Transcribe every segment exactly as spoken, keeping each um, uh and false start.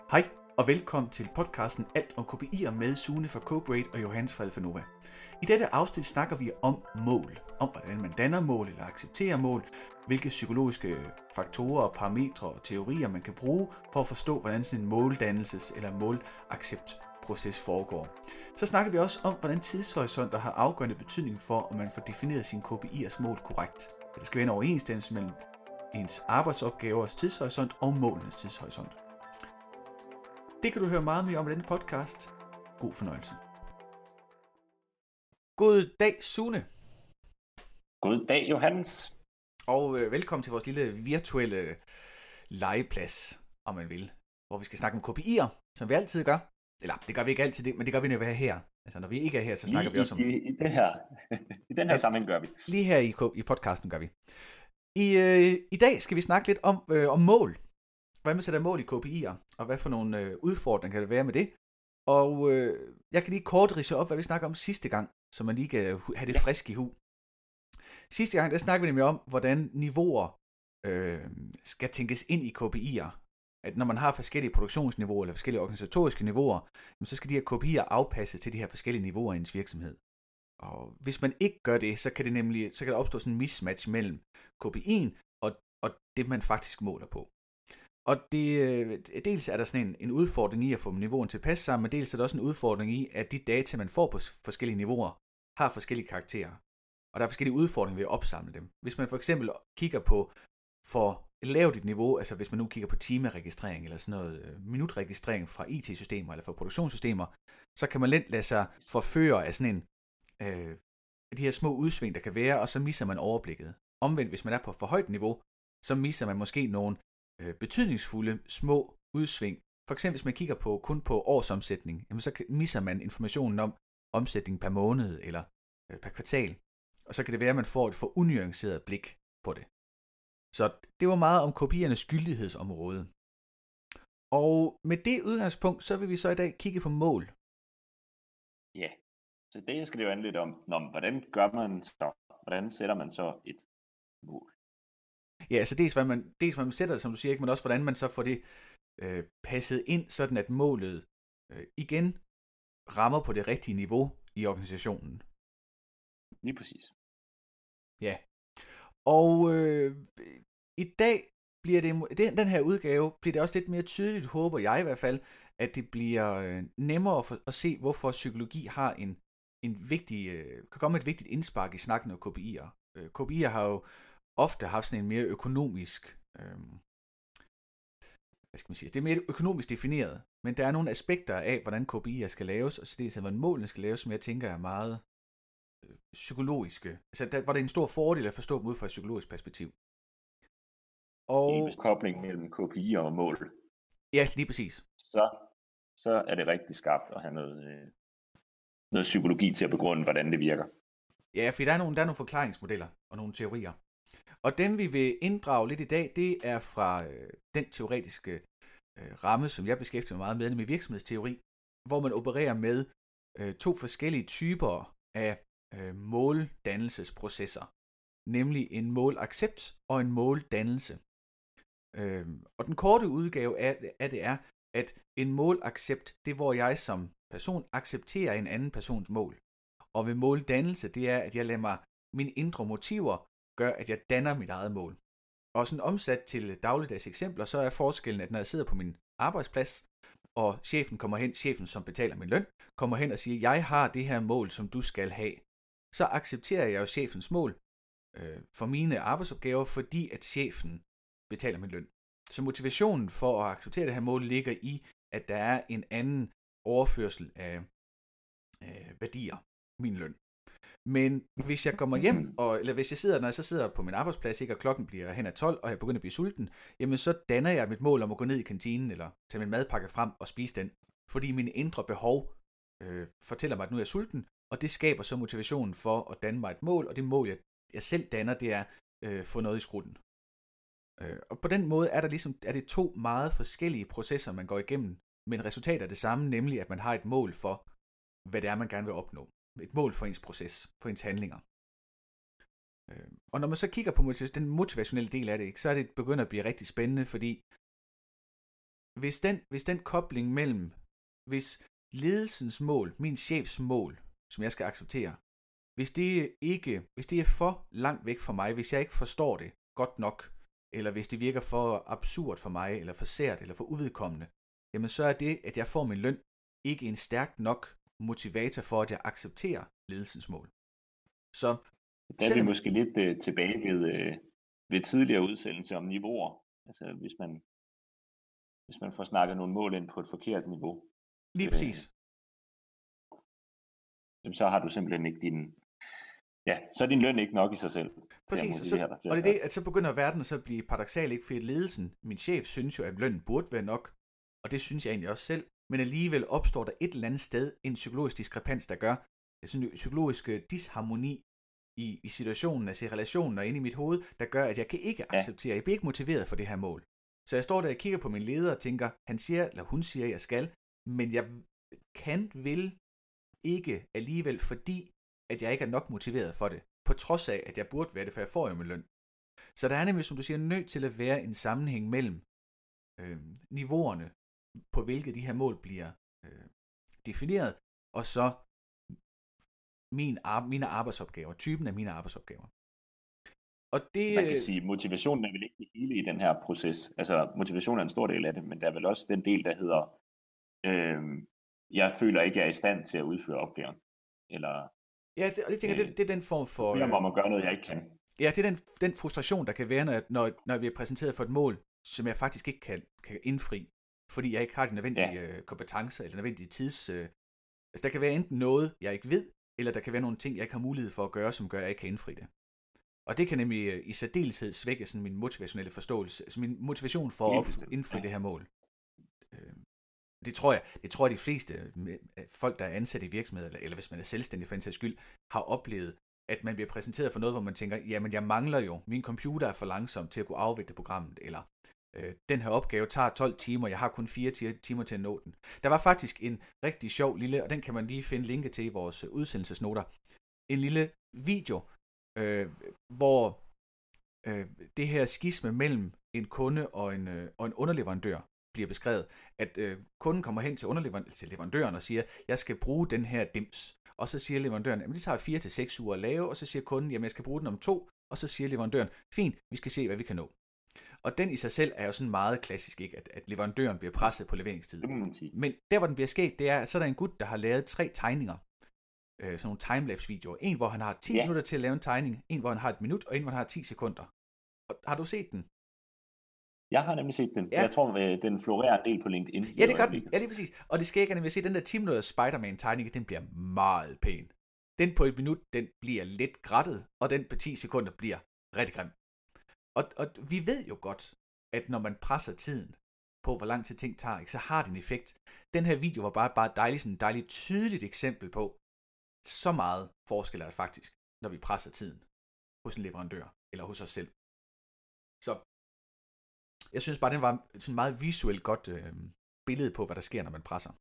Hej og velkommen til podcasten Alt om K P I'er med Sune fra CodeRate og Johannes fra Alfanova. I dette afsnit snakker vi om mål, om hvordan man danner mål eller accepterer mål, hvilke psykologiske faktorer, parametre og teorier man kan bruge for at forstå, hvordan sådan en måldannelses- eller målacceptproces foregår. Så snakker vi også om, hvordan tidshorisonter har afgørende betydning for, om man får defineret sine K P I'ers mål korrekt. Der skal være en overensstemmelse mellem ens arbejdsopgavers tidshorisont og målenes tidshorisont. Det kan du høre meget mere om i denne podcast. God fornøjelse. God dag, Sune. God dag, Johannes. Og øh, velkommen til vores lille virtuelle legeplads, om man vil. Hvor vi skal snakke om K P I'er, som vi altid gør. Eller, det gør vi ikke altid, men det gør vi, når vi er her. Altså, når vi ikke er her, så snakker Lige vi også om... I, i, det her. I den her ja, sammenhæng gør vi. Lige her i, i podcasten gør vi. I, øh, I dag skal vi snakke lidt om, øh, om mål. Hvordan man sætter mål i K P I'er, og hvad for nogle øh, udfordringer kan det være med det. Og øh, jeg kan lige kort ridse op, hvad vi snakker om sidste gang, så man lige kan have det frisk i hu. Sidste gang, der snakkede vi nemlig om, hvordan niveauer øh, skal tænkes ind i K P I'er. At når man har forskellige produktionsniveauer, eller forskellige organisatoriske niveauer, så skal de her K P I'er afpasses til de her forskellige niveauer i ens virksomhed. Og hvis man ikke gør det, så kan det nemlig så kan der opstå sådan en mismatch mellem K P I'en og, og det, man faktisk måler på. Og det, dels er der sådan en, en udfordring i at få niveauerne til at passe sammen, men dels er der også en udfordring i, at de data, man får på forskellige niveauer, har forskellige karakterer. Og der er forskellige udfordringer ved at opsamle dem. Hvis man for eksempel kigger på for lavt et niveau, altså hvis man nu kigger på timeregistrering eller sådan noget minutregistrering fra I T-systemer eller fra produktionssystemer, så kan man let lade sig forføre af sådan en øh, de her små udsving, der kan være, og så misser man overblikket. Omvendt, hvis man er på for højt niveau, så misser man måske nogle betydningsfulde små udsving. For eksempel hvis man kigger på kun på årsomsætning, jamen så misser man informationen om omsætning per måned eller per kvartal. Og så kan det være, at man får et for unuanceret blik på det. Så det var meget om K P I'ernes gyldighedsområde. Og med det udgangspunkt, så vil vi så i dag kigge på mål. Ja, så det skal det jo handle lidt om, om hvordan gør man så, hvordan sætter man så et mål? Ja, altså dels hvad man, dels hvad man sætter det, som du siger, ikke, men også hvordan man så får det øh, passet ind, sådan at målet øh, igen rammer på det rigtige niveau i organisationen. Lige præcis. Ja. Og øh, i dag bliver det, den, den her udgave, bliver det også lidt mere tydeligt, håber jeg i hvert fald, at det bliver øh, nemmere for, at se, hvorfor psykologi har en, en vigtig, øh, kan komme et vigtigt indspark i snakken om K P I'er. Øh, K P I'er har jo ofte haft sådan en mere økonomisk, øh, hvad skal man sige, det er mere økonomisk defineret, men der er nogle aspekter af, hvordan K P I'er skal laves, og så det er, hvordan målene skal laves, som jeg tænker er meget øh, psykologiske. Altså, der var det en stor fordel at forstå dem ud fra et psykologisk perspektiv. Og en kobling mellem K P I'er og mål. Ja, lige præcis. Så, så er det rigtig skarpt at have noget, øh, noget psykologi til at begrunde, hvordan det virker. Ja, for der er nogle, der er nogle forklaringsmodeller og nogle teorier. Og dem vi vil inddrage lidt i dag, det er fra øh, den teoretiske øh, ramme, som jeg beskæftiger mig meget med, nemlig virksomhedsteori, hvor man opererer med øh, to forskellige typer af øh, måldannelsesprocesser, nemlig en målaccept og en måldannelse. Øh, og den korte udgave af, af det er, at en målaccept, det er, hvor jeg som person accepterer en anden persons mål. Og ved måldannelse, det er, at jeg lader mig mine indre motiver gør, at jeg danner mit eget mål. Og sådan omsat til dagligdags eksempler, så er forskellen, at når jeg sidder på min arbejdsplads, og chefen kommer hen, chefen som betaler min løn, kommer hen og siger, jeg har det her mål, som du skal have, så accepterer jeg jo chefens mål øh, for mine arbejdsopgaver, fordi at chefen betaler min løn. Så motivationen for at acceptere det her mål ligger i, at der er en anden overførsel af øh, værdier, min løn. Men hvis jeg kommer hjem, og, eller hvis jeg sidder, når jeg så sidder på min arbejdsplads, ikke, og klokken bliver hen ad tolv, og jeg begynder at blive sulten, jamen så danner jeg mit mål om at gå ned i kantinen, eller tage min madpakke frem og spise den. Fordi mine indre behov øh, fortæller mig, at nu er jeg sulten, og det skaber så motivationen for at danne mig et mål, og det mål, jeg, jeg selv danner, det er øh, få noget i skrutten. Øh, og på den måde er, der ligesom, er det to meget forskellige processer, man går igennem, men resultatet er det samme, nemlig at man har et mål for, hvad det er, man gerne vil opnå. Et mål for ens proces, for ens handlinger. Og når man så kigger på den motivationelle del af det, så er det begyndt at blive rigtig spændende, fordi hvis den, hvis den kobling mellem, hvis ledelsens mål, min chefs mål, som jeg skal acceptere, hvis det ikke, hvis det er for langt væk fra mig, hvis jeg ikke forstår det godt nok, eller hvis det virker for absurd for mig, eller for sært, eller for uvedkommende, jamen så er det, at jeg får min løn, ikke en stærk nok motivator for, at jeg accepterer ledelsens mål. Så der er vi måske lidt uh, tilbage ved, uh, ved tidligere udsendelse om niveauer. Altså hvis man, hvis man får snakket nogle mål ind på et forkert niveau. Lige præcis. Øh, så har du simpelthen ikke din... Ja, så er din løn ikke nok i sig selv. Præcis, og, så, og det er det, at så begynder verden så at blive paradoksal, ikke? Fordi ledelsen, min chef, synes jo, at lønnen burde være nok, og det synes jeg egentlig også selv, men alligevel opstår der et eller andet sted en psykologisk diskrepans, der gør, sådan en psykologisk disharmoni i, i situationen, altså i relationen og inde i mit hoved, der gør, at jeg kan ikke acceptere, jeg bliver ikke motiveret for det her mål. Så jeg står der og kigger på min leder og tænker, han siger, eller hun siger, jeg skal, men jeg kan, vil ikke alligevel, fordi at jeg ikke er nok motiveret for det, på trods af, at jeg burde være det, for jeg får jo min løn. Så der er nemlig, som du siger, nødt til at være en sammenhæng mellem øh, niveauerne, på hvilke de her mål bliver øh, defineret, og så min ar- mine arbejdsopgaver, typen af mine arbejdsopgaver. Og det, man kan sige, motivationen er vel ikke det hele i den her proces. Altså motivationen er en stor del af det, men der er vel også den del, der hedder, øh, jeg føler ikke, jeg er i stand til at udføre opgaven. Eller ja, det, og det tænker, øh, det, det er den form for... Jeg må man gøre noget, jeg ikke kan. Ja, det er den, den frustration, der kan være, når, når, når vi er præsenteret for et mål, som jeg faktisk ikke kan, kan indfri, fordi jeg ikke har de nødvendige ja. øh, kompetencer, eller nødvendige tids... Øh, altså, der kan være enten noget, jeg ikke ved, eller der kan være nogle ting, jeg ikke har mulighed for at gøre, som gør, at jeg ikke kan indfri det. Og det kan nemlig øh, i særdeleshed svække sådan min motivationelle forståelse, altså min motivation for at indfri ja. det her mål. Øh, det tror jeg, det tror jeg, de fleste folk, der er ansat i virksomheder, eller, eller hvis man er selvstændig for en sags skyld, har oplevet, at man bliver præsenteret for noget, hvor man tænker, jamen jeg mangler jo, min computer er for langsom til at kunne afvikle programmet, eller øh, den her opgave tager tolv timer, jeg har kun fire timer til at nå den. Der var faktisk en rigtig sjov lille, og den kan man lige finde linket til i vores udsendelsesnoter, en lille video, øh, hvor øh, det her skisme mellem en kunde og en, øh, og en underleverandør bliver beskrevet, at øh, kunden kommer hen til, underlever- til leverandøren og siger, jeg skal bruge den her dims. Og så siger leverandøren, at det tager fire til seks uger at lave, og så siger kunden, jamen jeg skal bruge den om to, og så siger leverandøren, fint, vi skal se, hvad vi kan nå. Og den i sig selv er jo sådan meget klassisk, ikke? At, at leverandøren bliver presset på leveringstid. Men der, hvor den bliver sket, det er, så er der en gut, der har lavet tre tegninger, øh, sådan nogle timelapse-videoer. En, hvor han har ti yeah. minutter til at lave en tegning, en, hvor han har et minut, og en, hvor han har ti sekunder. Og, har du set den? Jeg har nemlig set den. Ja. Jeg tror, den florerer en del på LinkedIn. Ja, det gør den. Ja, lige præcis. Og det skal ikke, at se, den der ti minutters Spider-Man-tegning, den bliver meget pæn. Den på et minut, den bliver lidt grattet, og den på ti sekunder bliver rigtig grim. Og, og vi ved jo godt, at når man presser tiden på, hvor lang tid ting tager, ikke, så har det en effekt. Den her video var bare, bare dejligt, sådan et dejligt tydeligt eksempel på, så meget forskel er der faktisk, når vi presser tiden hos en leverandør, eller hos os selv. Så jeg synes bare, den var sådan meget visuelt godt øh, billede på, hvad der sker, når man presser.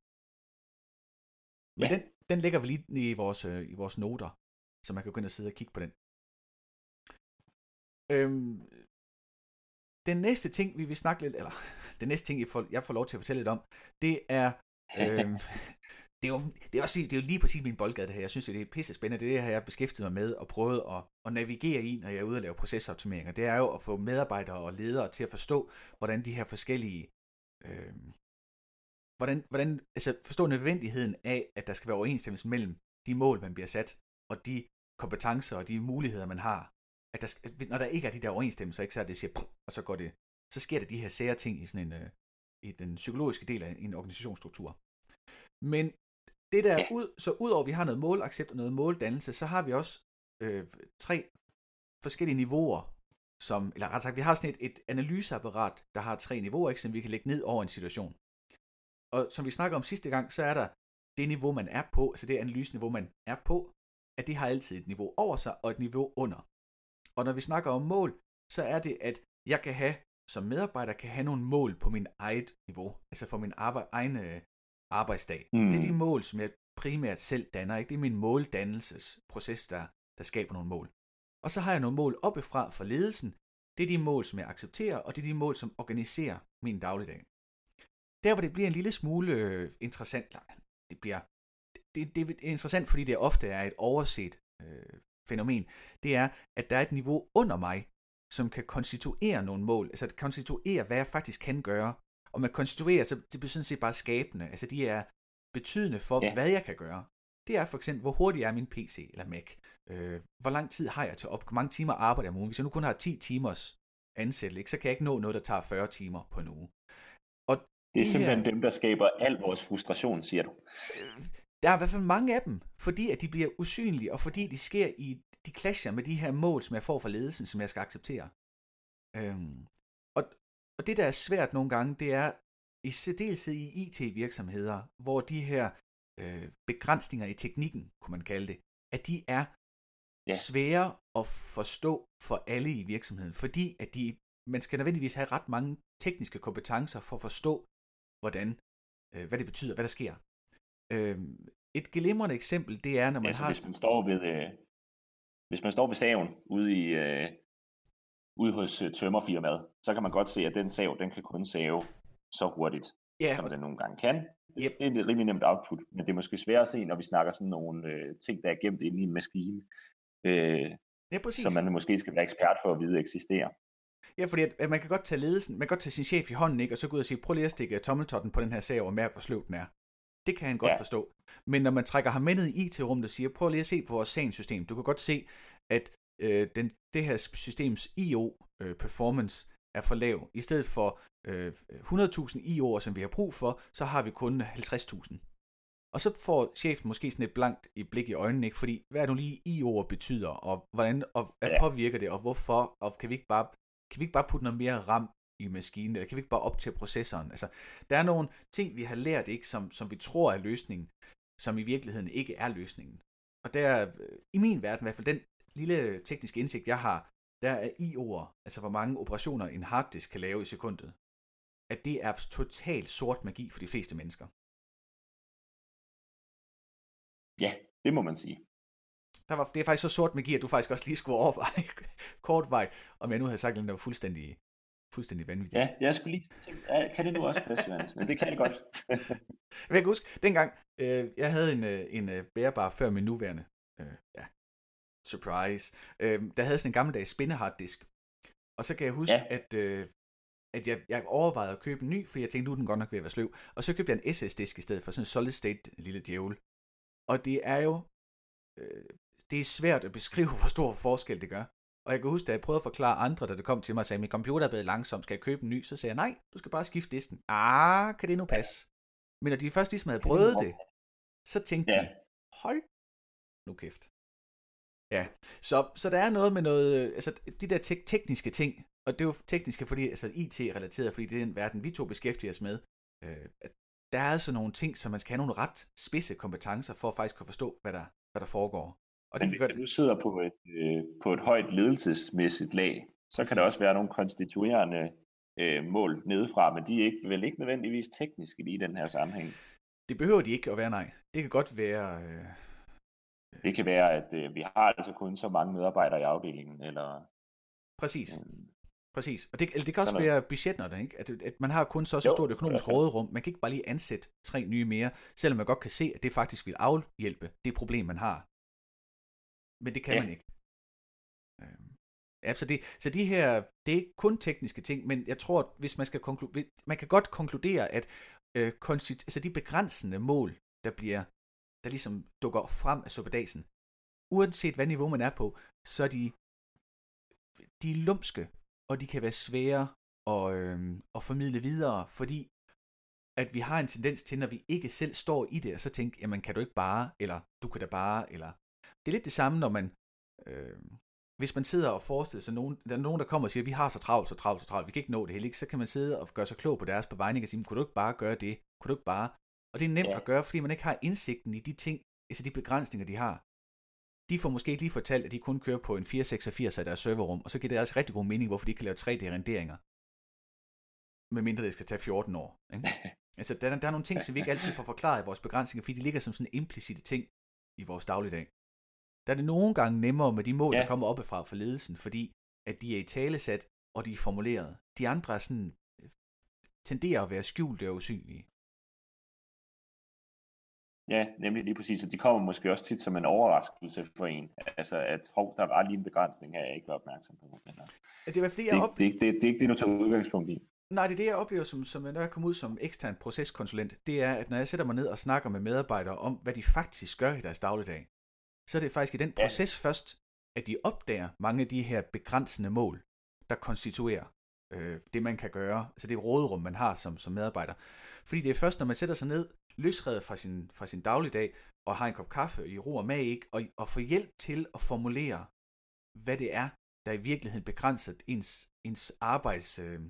Men ja. den, den lægger vi lige i vores, øh, i vores noter, så man kan gå ind og sidde og kigge på den. Øhm, den næste ting, vi vil snakke lidt, eller den næste ting, jeg får, jeg får lov til at fortælle lidt om, det er, øhm, det er jo, det er også, det er jo lige præcis min boldgade det her. Jeg synes, det er pisse spændende. Det er det, her, jeg beskæftiget mig med og prøvet at, at navigere i, når jeg er ude og lave procesoptimeringer. Det er jo at få medarbejdere og ledere til at forstå, hvordan de her forskellige, øh, hvordan, hvordan, altså forstå nødvendigheden af, at der skal være overensstemmelse mellem de mål, man bliver sat, og de kompetencer og de muligheder, man har. At der, når der ikke er de der overensstemmelser, ikke, så er det siger, og så går det, så sker der de her sære ting i sådan en, øh, i den psykologiske del af en organisationsstruktur. Men det der, ud, så udover at vi har noget målaccept og noget måldannelse, så har vi også øh, tre forskellige niveauer, som, eller ret sagt, vi har sådan et, et analyseapparat, der har tre niveauer, ikke, som vi kan lægge ned over en situation. Og som vi snakker om sidste gang, så er der det niveau, man er på, altså det analyseniveau, man er på, at det har altid et niveau over sig og et niveau under. Og når vi snakker om mål, så er det, at jeg kan have, som medarbejder, kan have nogle mål på min eget niveau, altså for min arbejde, egen øh, arbejdsdag. Mm. Det er de mål, som jeg primært selv danner, ikke? Det er min måldannelsesproces, der, der skaber nogle mål. Og så har jeg nogle mål oppefra for ledelsen. Det er de mål, som jeg accepterer, og det er de mål, som organiserer min dagligdag. der hvor det bliver en lille smule øh, interessant, det bliver det, det er interessant, fordi det ofte er et overset øh, fænomen, det er, at der er et niveau under mig, som kan konstituere nogle mål, altså at konstituere, hvad jeg faktisk kan gøre, og med konstituere, så det bliver sådan set bare skabende, altså de er betydende for, ja. hvad jeg kan gøre. Det er for eksempel, hvor hurtig er min P C eller Mac, øh, hvor lang tid har jeg til op, hvor mange timer arbejder jeg om ugen. Hvis jeg nu kun har ti timers ansættelse, så kan jeg ikke nå noget, der tager fyrre timer på en uge. Og det er de simpelthen her, dem, der skaber al vores frustration, siger du. Der er i hvert fald mange af dem, fordi at de bliver usynlige, og fordi de sker i, de clasher med de her mål, som jeg får fra ledelsen, som jeg skal acceptere. Øhm, og, og det, der er svært nogle gange, det er i særdeleshed i I T-virksomheder, hvor de her øh, begrænsninger i teknikken, kunne man kalde det, at de er ja. svære at forstå for alle i virksomheden, fordi at de, man skal nødvendigvis have ret mange tekniske kompetencer for at forstå, hvordan, øh, hvad det betyder, hvad der sker. Øh, et glimrende eksempel, det er, når man altså, har... Hvis man står ved, øh, hvis man står ved saven ude, i, øh, ude hos øh, tømmerfirmaet, så kan man godt se, at den sav, den kan kun save så hurtigt, ja, som den nogle gange kan. Yep. Det er et rimelig nemt output, men det er måske svært at se, når vi snakker sådan nogle øh, ting, der er gemt inde i en maskine, øh, ja, som man måske skal være ekspert for at vide eksisterer. Ja, fordi at, at man kan godt tage ledelsen, man kan godt tage sin chef i hånden, ikke, og så gå ud og sige, prøv lige at stikke tommeltotten på den her sav og mærke, hvor sløv den er. Det kan han godt ja. forstå. Men når man trækker ham med ned i I T-rummet og siger, prøv lige at se på vores SAN-system, du kan godt se, at øh, den, det her systems I O-performance øh, er for lav. I stedet for øh, hundrede tusind I O'er, som vi har brug for, så har vi kun halvtreds tusind. Og så får chefen måske sådan et blankt i blik i øjnene, ikke? Fordi hvad er nu lige I O'er betyder, og hvordan, og hvad ja. påvirker det, og hvorfor, og kan vi ikke bare, kan vi ikke bare putte noget mere RAM i maskinen, eller kan vi ikke bare optage processoren? Altså, der er nogle ting, vi har lært, ikke, som, som vi tror er løsningen, som i virkeligheden ikke er løsningen. Og der, i min verden i hvert fald, den lille tekniske indsigt, jeg har, der er I O'er, altså hvor mange operationer en harddisk kan lave i sekundet, at det er totalt sort magi for de fleste mennesker. Ja, det må man sige. Der var, det er faktisk så sort magi, at du faktisk også lige skulle overveje kort vej, om jeg nu havde sagt, at det var fuldstændig, fuldstændig vanvittigt. Ja, jeg skulle lige tænke, kan det nu også passe, Johannes? Men det kan det godt. Men jeg kan huske, dengang øh, jeg havde en, en øh, bærbar før min nuværende, øh, ja, surprise, øh, der havde sådan en gammeldags spindehardddisk. Og så kan jeg huske, ja. at, øh, at jeg, jeg overvejede at købe en ny, for jeg tænkte, nu er den godt nok ved at være sløv. Og så købte jeg en S S-disk i stedet for sådan en solid state lille djævel. Og det er jo, øh, det er svært at beskrive, hvor stor forskel det gør. Og jeg kan huske, da jeg prøvede at forklare andre, da det kom til mig og sagde, min computer er blevet langsom, skal jeg købe en ny? Så sagde jeg, nej, du skal bare skifte disken. Ah, kan det nu passe? Men når de først ligesom havde prøvet det, så tænkte ja. de, hold nu kæft. Ja, så, så der er noget med noget, altså de der te- tekniske ting, og det er jo tekniske, fordi, altså I T-relateret, fordi det er den verden, vi to beskæftiger os med, øh, at der er altså nogle ting, som man skal have nogle ret spidse kompetencer for at faktisk kunne forstå, hvad der, hvad der foregår. Og det, Men hvis du sidder på et, øh, på et højt ledelsesmæssigt lag, så kan der også være nogle konstituerende øh, mål nedefra, men de er ikke, vel ikke nødvendigvis tekniske i den her sammenhæng. Det behøver de ikke at være, nej. Det kan godt være... Øh... Det kan være, at øh, vi har altså kun så mange medarbejdere i afdelingen, eller... Præcis. Øh, Præcis. Og det, det kan også være budgetner, ikke? At, at man har kun så, så stort økonomisk råderum. Man kan ikke bare lige ansætte tre nye mere, selvom man godt kan se, at det faktisk vil afhjælpe det problem, man har. Men det kan ja. man ikke. Øhm, altså det, så de her, det er ikke kun tekniske ting, men jeg tror, at hvis man skal konkludere, man kan godt konkludere, at øh, konstit, altså de begrænsende mål, der bliver, der ligesom dukker frem af suppedasen, uanset hvad niveau man er på, så er de, de er lumske, og de kan være svære at, øh, at formidle videre, fordi at vi har en tendens til, når vi ikke selv står i det, og så tænke, jamen kan du ikke bare, eller du kan da bare, eller... Det er lidt det samme, når man, øh, hvis man sidder og forestiller sig, nogen, der er nogen, der kommer og siger, vi har så travlt, så travlt, så travlt, vi kan ikke nå det hele, ikke? Så kan man sidde og gøre sig klog på deres bevejning og sige, kunne du ikke bare gøre det? Kunne du ikke bare? Og det er nemt ja. at gøre, fordi man ikke har indsigten i de ting, altså de begrænsninger, de har. De får måske ikke lige fortalt, at de kun kører på en fire seksogfirs af deres serverrum, og så giver det altså rigtig god mening, hvorfor de kan lave tre D-renderinger. Medmindre det skal tage fjorten år. Ikke? Altså, der, der er nogle ting, som vi ikke altid får forklaret i vores begrænsninger, fordi de ligger som sådan implicite ting i vores dagligdag. Der er det nogle gange nemmere med de mål, ja. der kommer oppefra fra ledelsen, fordi at de er i talesat, og de er formuleret. De andre er sådan tenderer at være skjulte og usynlige. Ja, nemlig lige præcis, og de kommer måske også tit som en overraskelse for en. Altså, at hov, der var lige en begrænsning her, jeg ikke var opmærksom på. Eller, det, er, fordi, jeg det, op... det, det, det, det er ikke det, du tager udgangspunkt i. Nej, det er det, jeg oplever, som, som når jeg kommer ud som ekstern proceskonsulent, det er, at når jeg sætter mig ned og snakker med medarbejdere om, hvad de faktisk gør i deres dagligdag, så er det faktisk i den proces ja. først, at de opdager mange af de her begrænsende mål, der konstituerer øh, det, man kan gøre, altså det råderum, man har som, som medarbejder. Fordi det er først, når man sætter sig ned, løsredet fra sin, fra sin dagligdag, og har en kop kaffe i ro og mag, ikke? Og, og får hjælp til at formulere, hvad det er, der i virkeligheden begrænser ens, ens arbejds, øh,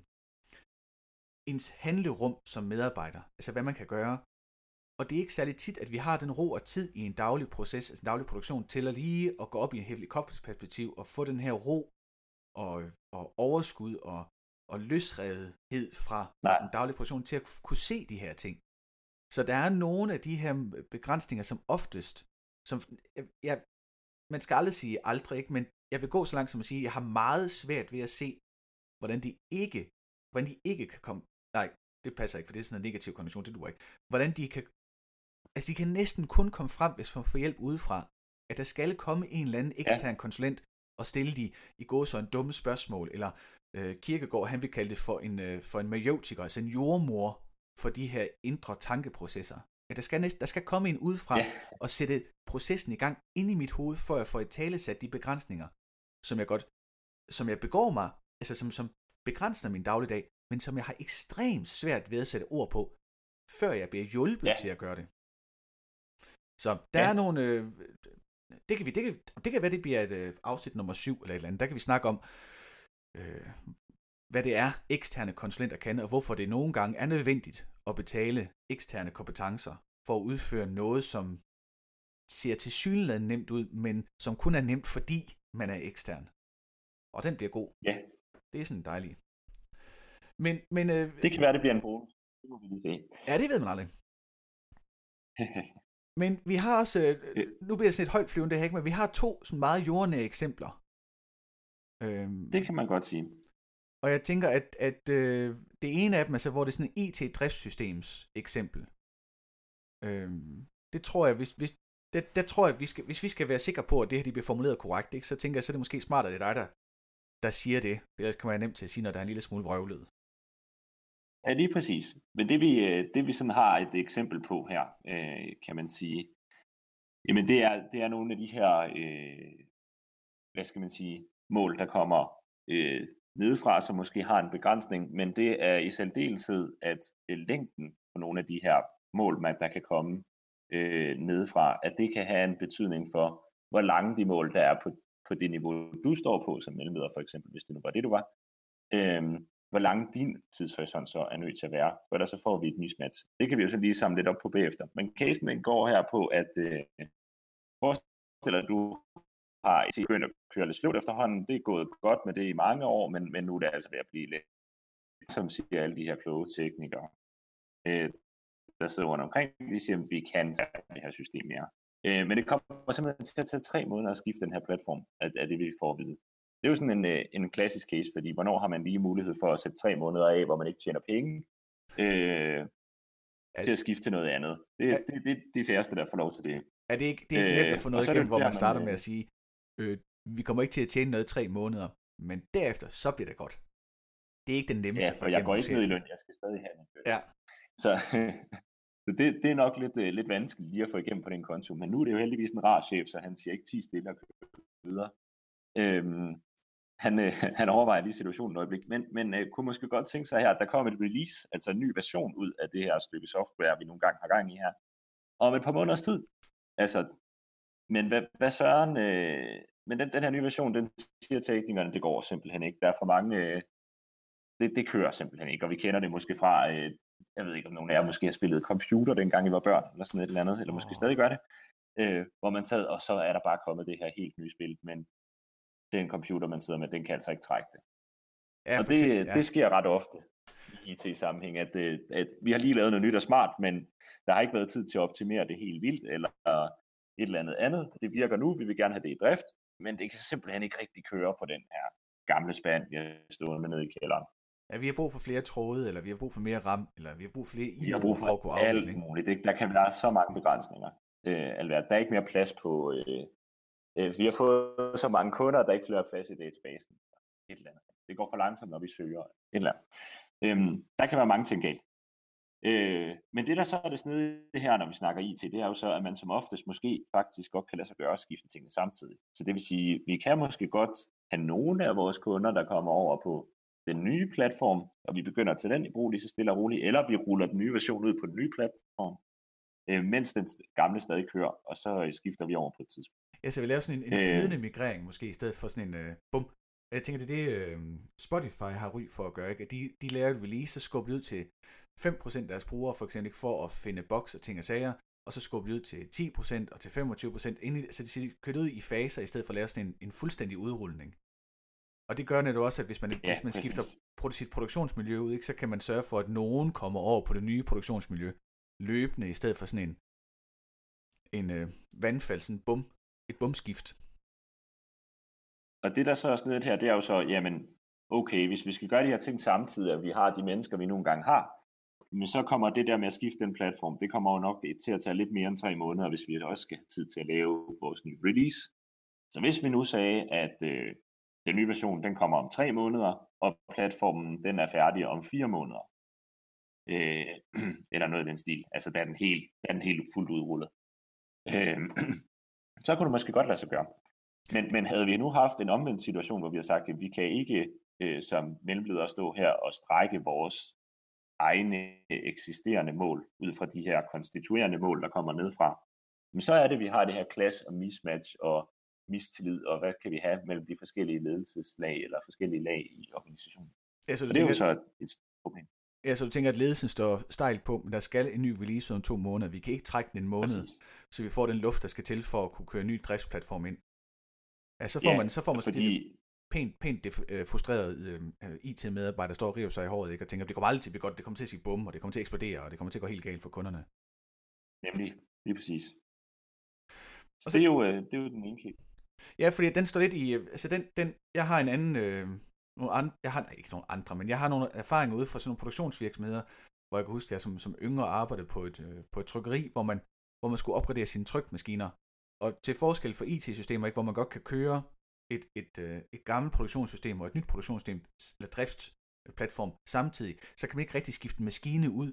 ens handlerum som medarbejder. Altså hvad man kan gøre. Og det er ikke særlig tit, at vi har den ro og tid i en daglig proces, altså en daglig produktion, til at lige at gå op i en helikopterperspektiv og få den her ro og, og overskud og, og løsredighed fra, fra den daglige produktion til at kunne se de her ting. Så der er nogle af de her begrænsninger, som oftest, som, ja, man skal aldrig sige aldrig, ikke, men jeg vil gå så langt som at sige, at jeg har meget svært ved at se, hvordan de ikke, hvordan de ikke kan komme, nej, det passer ikke, for det er sådan en negativ kondition, det duer ikke, hvordan de kan, altså de kan næsten kun komme frem, hvis man får hjælp udefra, at der skal komme en eller anden ekstern ja. konsulent og stille de i går så en dumme spørgsmål, eller øh, Kierkegaard, han vil kalde det for en, øh, for en majotiker, altså en jordmor, for de her indre tankeprocesser. Ja, der, skal næsten, der skal komme en udefra yeah. og sætte processen i gang ind i mit hoved, for at få i tale sat de begrænsninger, som jeg godt, som jeg begår mig, altså som, som begrænser min dagligdag, men som jeg har ekstremt svært ved at sætte ord på, før jeg bliver hjulpet yeah. til at gøre det. Så der yeah. er nogle, øh, det kan vi, det kan, det kan være, det bliver et øh, afsnit nummer syv eller et eller andet, der kan vi snakke om, øh, hvad det er, eksterne konsulenter kan, og hvorfor det nogle gange er nødvendigt at betale eksterne kompetencer for at udføre noget, som ser tilsyneladende nemt ud, men som kun er nemt, fordi man er ekstern. Og den bliver god. Ja. Det er sådan dejligt. Men, men, øh, det kan være, det bliver en bonus. Det må vi lige se. Ja, det ved man aldrig. Men vi har også, øh, nu bliver det sådan et højt flyvende her, ikke? Men vi har to sådan meget jordnære eksempler. Øhm, det kan man godt sige. Og jeg tænker, at, at øh, det ene af dem, altså, hvor det er sådan en I T-driftssystems eksempel, øh, det tror jeg, hvis, hvis, det, der tror jeg, at vi skal, hvis vi skal være sikre på, at det her de bliver formuleret korrekt, ikke, så tænker jeg, så er det måske smart, at det er dig, der, der siger det. Ellers kan man være nemt til at sige, når der er en lille smule vrøvlet. Ja, lige præcis. Men det vi, det vi sådan har et eksempel på her, øh, kan man sige, jamen det er, det er nogle af de her, øh, hvad skal man sige, mål, der kommer øh, nedefra, som måske har en begrænsning, men det er i særdeleshed, at længden på nogle af de her mål, man, der kan komme øh, nedefra, at det kan have en betydning for, hvor lange de mål, der er på, på det niveau, du står på, som mellemleder for eksempel, hvis det nu var det, du var, øh, hvor lang din tidshorisont så er nødt til at være, for ellers så får vi et mismatch. Det kan vi jo så lige samle lidt op på bagefter. Men casen den går her på, at øh, forestiller du har begyndt at køre lidt sløvt efterhånden. Det er gået godt med det i mange år, men, men nu er det altså ved at blive lidt, som siger alle de her kloge teknikere, øh, der sidder rundt omkring, de siger, at vi kan tage det her system mere. Øh, men det kommer simpelthen til at tage tre måneder at skifte den her platform, at, at det vi får at vide. Det er jo sådan en, en klassisk case, fordi hvornår har man lige mulighed for at sætte tre måneder af, hvor man ikke tjener penge, øh, til at skifte til noget andet. Det er det, det, det færreste, der får lov til det. Er det ikke, det er ikke nemt at få noget igennem, hvor man starter med at sige, øh, vi kommer ikke til at tjene noget i tre måneder, men derefter, så bliver det godt. Det er ikke den nemmeste. Ja, for jeg går ikke ned i løn, jeg skal stadig have den. Ja. Så, så det, det er nok lidt, lidt vanskeligt lige at få igennem på den konto, men nu er det jo heldigvis en rar chef, så han siger ikke ti stille og kører videre. Øhm, han, øh, han overvejer lige situationen et øjeblik, men, men øh, kunne måske godt tænke sig her, at der kommer et release, altså en ny version ud af det her stykke software, vi nogle gange har gang i her, om et par måneders tid. Altså, men hvad, hvad søren, øh, men den, den her nye version, den siger teknikerne, det går simpelthen ikke. Der er for mange, øh, det, det kører simpelthen ikke, og vi kender det måske fra, øh, jeg ved ikke om nogen af jer måske har spillet computer, dengang I var børn, eller sådan et eller andet, eller måske stadig gør det, øh, hvor man sad, og så er der bare kommet det her helt nye spil, men den computer, man sidder med, den kan altså ikke trække det. Ja, og det, eksempel, ja. det sker ret ofte i I T-sammenhæng, at, at vi har lige lavet noget nyt og smart, men der har ikke været tid til at optimere det helt vildt, eller et eller andet andet. Det virker nu, vi vil gerne have det i drift, men det kan simpelthen ikke rigtig køre på den her gamle spand, vi har stået med nede i kælderen. Ja, vi har brug for flere tråde, eller vi har brug for mere RAM, eller vi har brug for flere I O for, for at kunne afvikle. Alt muligt. Det, der kan være så mange begrænsninger. Øh, der er ikke mere plads på... Øh, øh, vi har fået så mange kunder, der er ikke flere plads i databasen. Et eller andet. Det går for langsomt, når vi søger. Et eller andet. Øhm, der kan være mange ting galt. Øh, men det der så er det snedige her, når vi snakker I T, det er jo så, at man som oftest måske faktisk godt kan lade sig gøre at skifte tingene samtidig. Så det vil sige, vi kan måske godt have nogle af vores kunder, der kommer over på den nye platform, og vi begynder at tage den i brug lige så stille og roligt, eller vi ruller den nye version ud på den nye platform, øh, mens den gamle stadig kører, og så skifter vi over på et tidspunkt. Ja, så vi laver sådan en, en flydende øh, migrering måske, i stedet for sådan en uh, bum. Jeg tænker, det er det, øh, Spotify har ry for at gøre, ikke? At de, de laver et release, så skubber ud til fem procent af deres brugere, for eksempel for at finde bugs og ting og sager, og så skubber ud til ti procent og til femogtyve procent, så de kører ud i faser, i stedet for at lave sådan en, en fuldstændig udrulning. Og det gør netop også, at hvis man, ja, hvis man skifter sit produktionsmiljø ud, ikke, så kan man sørge for, at nogen kommer over på det nye produktionsmiljø løbende, i stedet for sådan en, en øh, vandfald, sådan en bum, et bumskift. Og det der så er snedet her, det er jo så, jamen, okay, hvis vi skal gøre de her ting samtidig, at vi har de mennesker, vi nogle gange har, men så kommer det der med at skifte den platform, det kommer jo nok til at tage lidt mere end tre måneder, hvis vi også skal have tid til at lave vores nye release. Så hvis vi nu sagde, at øh, den nye version, den kommer om tre måneder, og platformen, den er færdig om fire måneder, øh, eller noget i den stil, altså der er den helt, der er den helt fuldt udrullet, øh, så kunne det måske godt lade sig gøre. Men, men havde vi nu haft en omvendt situation, hvor vi har sagt, at vi kan ikke øh, som mellemledere stå her og strække vores egne eksisterende mål ud fra de her konstituerende mål, der kommer ned fra, men så er det, at vi har det her clash og mismatch og mistillid, og hvad kan vi have mellem de forskellige ledelseslag eller forskellige lag i organisationen. Ja, så, så det tænker, er jo så et, et problem. Ja, så du tænker, at ledelsen står stejlt på, men der skal en ny release om to måneder. Vi kan ikke trække den en måned, præcis, så vi får den luft, der skal til for at kunne køre en ny driftsplatform ind. Ja, så får ja, man, så får man fordi... pænt, pænt uh, frustreret uh, I T-medarbejder, der står og river sig i håret, ikke, og tænker, at det kommer aldrig til at blive godt, det kommer til at sige bum, og det kommer til at eksplodere, og det kommer til at gå helt galt for kunderne. Nemlig, lige præcis. Så, så det, er jo, uh, det er jo den ene kig. Ja, fordi den står lidt i, altså den, den jeg har en anden, øh, nogle andre, jeg har ikke nogle andre, men jeg har nogle erfaringer ude fra sådan nogle produktionsvirksomheder, hvor jeg kan huske, at jeg som, som yngre arbejdede på et, øh, på et trykkeri, hvor man, hvor man skulle opgradere sine trykmaskiner. Og til forskel for I T-systemer, ikke, hvor man godt kan køre et, et, øh, et gammelt produktionssystem og et nyt produktionssystem, eller driftsplatform samtidig, så kan man ikke rigtig skifte en maskine ud,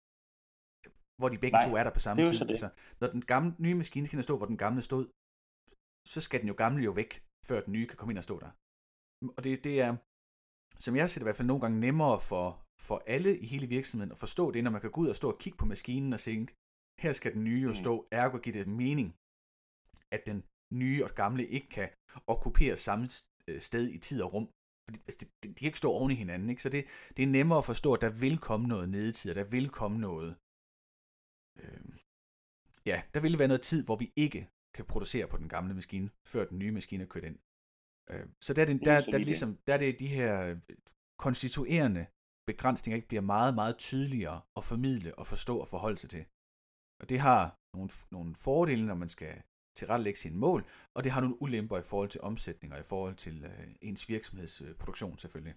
hvor de begge Nej, to er der på samme tid. Altså, når den gamle, nye maskine skal stå, hvor den gamle stod, så skal den jo gamle jo væk, før den nye kan komme ind og stå der. Og det, det er, som jeg ser det i hvert fald nogle gange nemmere for, for alle i hele virksomheden at forstå det, når man kan gå ud og stå og kigge på maskinen og tænke, her skal den nye jo stå, ergo give det mening, at den nye og gamle ikke kan okkupere samme sted i tid og rum. Fordi, altså, de, de kan ikke stå oven i hinanden, ikke? Så det, det er nemmere at forstå, at der vil komme noget nedetid, og der vil komme noget. Øh, ja, der vil være noget tid, hvor vi ikke kan producere på den gamle maskine, før den nye maskine er kørt ind. Øh, så der er det, der, der, der, ligesom, der er det de her konstituerende begrænsninger, ikke bliver meget, meget tydeligere at formidle og forstå og forholde sig til. Og det har nogle, nogle fordele, når man skal tilrettelægge sine mål, og det har nogle ulemper i forhold til omsætning og i forhold til øh, ens virksomhedsproduktion selvfølgelig.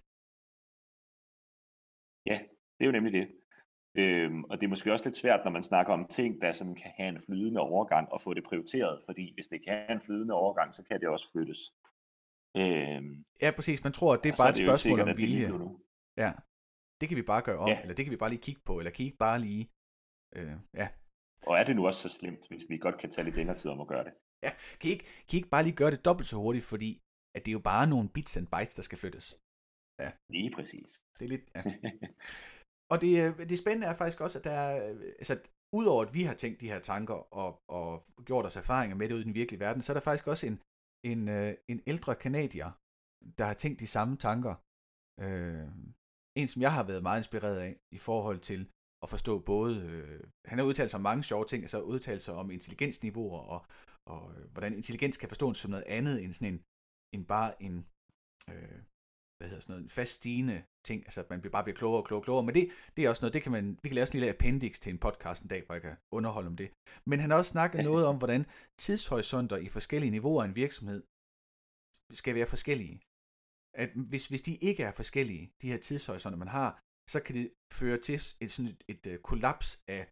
Ja, det er jo nemlig det. Øhm, og det er måske også lidt svært, når man snakker om ting, der sådan kan have en flydende overgang og få det prioriteret, fordi hvis det kan have en flydende overgang, så kan det også flyttes. Øhm, ja, præcis. Man tror, at det er bare et spørgsmål sikkert, om vilje. Ja, det kan vi bare gøre om, ja. Eller det kan vi bare lige kigge på, eller kan I ikke bare lige... Øh, ja. Og er det nu også så slemt, hvis vi godt kan tage lidt længere tid om at gøre det? Ja, kan I ikke, kan I ikke bare lige gøre det dobbelt så hurtigt, fordi at det er jo bare nogle bits and bytes, der skal flyttes. Ja. Lige præcis. Det er lidt... Ja. Og det, det spændende er faktisk også, at der er, altså, udover at vi har tænkt de her tanker og, og gjort os erfaringer med det ude i den virkelige verden, så er der faktisk også en, en, en ældre kanadier, der har tænkt de samme tanker. Øh, en, som jeg har været meget inspireret af i forhold til at forstå både, øh, han har udtalt sig om mange sjove ting, altså udtalt sig om intelligensniveauer og, og øh, hvordan intelligens kan forstås som noget andet end sådan en, end bare en, øh, hvad hedder sådan noget, en fast stigende ting, altså at man bare bliver klogere og klogere og klogere, men det, det er også noget, det kan man, vi kan lave sådan en lille appendix til en podcast en dag, hvor jeg kan underholde om det. Men han har også snakket noget om, hvordan tidshorisonter i forskellige niveauer af en virksomhed skal være forskellige. at hvis, hvis de ikke er forskellige, de her tidshorisonter, man har, så kan det føre til et, sådan et, et, et kollaps af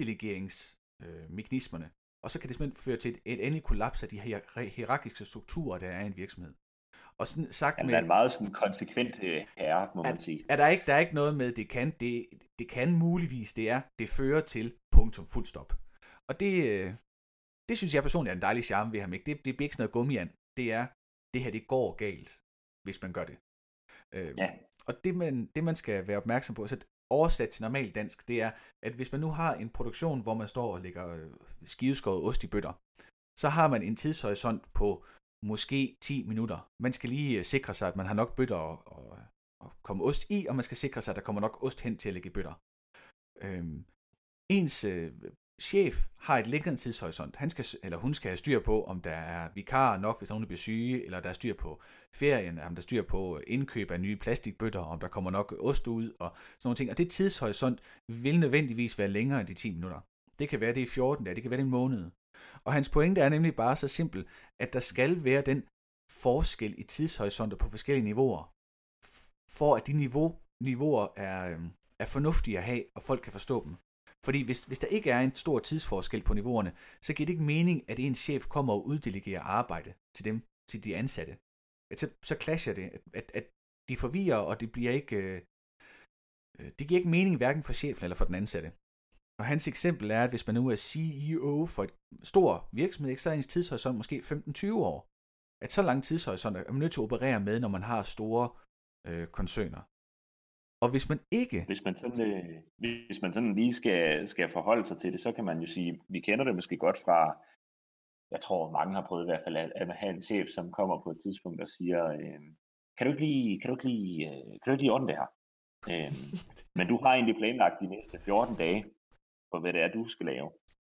uddelegeringsmekanismerne, øh, og så kan det simpelthen føre til et, et endeligt kollaps af de her hierarkiske strukturer, der er i en virksomhed. Og sådan sagt ja, med... der er en meget sådan konsekvent herre, må man at, sige. Er der, ikke, der er ikke noget med, det kan, det, det kan muligvis, det er, det fører til punktum, fuld stop. Og det, det synes jeg personligt er en dejlig charme ved ham, ikke? Det, det bliver ikke sådan noget gummiand. Det er, det her, det går galt, hvis man gør det. Ja. Og det man, det, man skal være opmærksom på, så oversat til normal dansk, det er, at hvis man nu har en produktion, hvor man står og lægger skiveskåret ost i bøtter, så har man en tidshorisont på måske ti minutter. Man skal lige sikre sig, at man har nok bøtter og, og, og komme ost i, og man skal sikre sig, at der kommer nok ost hen til at lægge i bøtter. Øhm, ens øh, chef har et længere tidshorisont. Han skal, eller hun skal have styr på, om der er vikarer nok, hvis nogen bliver syge, eller der er styr på ferien, om der er styr på indkøb af nye plastikbøtter, om der kommer nok ost ud, og sådan nogle ting. Og det tidshorisont vil nødvendigvis være længere end de ti minutter. Det kan være, det er fjorten dage, det kan være, det er en måned. Og hans pointe er nemlig bare så simpel, at der skal være den forskel i tidshorisonter på forskellige niveauer, for at de niveau, niveauer er, er fornuftige at have, og folk kan forstå dem. Fordi hvis, hvis der ikke er en stor tidsforskel på niveauerne, så giver det ikke mening, at en chef kommer og uddelegerer arbejde til dem, til de ansatte. At så, så clasher det, at, at de forvirrer, og det bliver ikke, øh, det giver ikke mening hverken for chefen eller for den ansatte. Og hans eksempel er, at hvis man nu er C E O for et stor virksomhed, så er ens tidshorisont måske femten til tyve år. At så lang tidshorisont er man nødt til at operere med, når man har store øh, koncerner. Og hvis man ikke... Hvis man sådan, øh, hvis man sådan lige skal, skal forholde sig til det, så kan man jo sige, vi kender det måske godt fra, jeg tror mange har prøvet i hvert fald, at, at have en chef, som kommer på et tidspunkt og siger, øh, kan du ikke lige, kan du ikke lige, øh, kan du ikke lige ordne det her? Øh, men du har egentlig planlagt de næste fjorten dage, for hvad det er, du skal lave.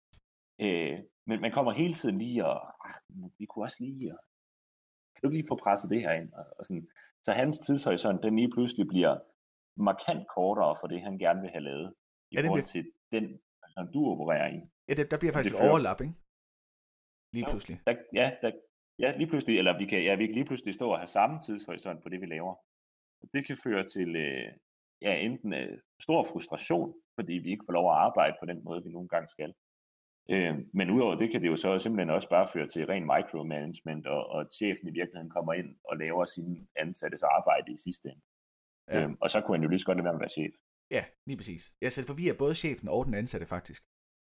Øh, men man kommer hele tiden lige og, ah, vi kunne også lige, og, kan du ikke lige få presset det her ind? Og, og sådan. Så hans tidshorisont, den lige pludselig bliver markant kortere for det, han gerne vil have lavet, i ja, forhold bliver... til den, som du opererer i. Ja, det, der bliver faktisk fører... overlap, ikke? Lige pludselig. Ja, der, ja, der, ja, lige pludselig, eller vi kan, ja, vi kan lige pludselig stå og have samme tidshorisont på det, vi laver. Og det kan føre til, øh, ja, enten øh, stor frustration, fordi vi ikke får lov at arbejde på den måde, vi nogle gange skal. Øh, men udover det kan det jo så simpelthen også bare føre til ren micromanagement, og, og at chefen i virkeligheden kommer ind og laver sine ansattes arbejde i sidste ende. Ja. Øhm, og så kunne han jo lige så godt lade være med at være chef. Ja, lige præcis. Jeg sætter forvirrer både chefen og den ansatte faktisk.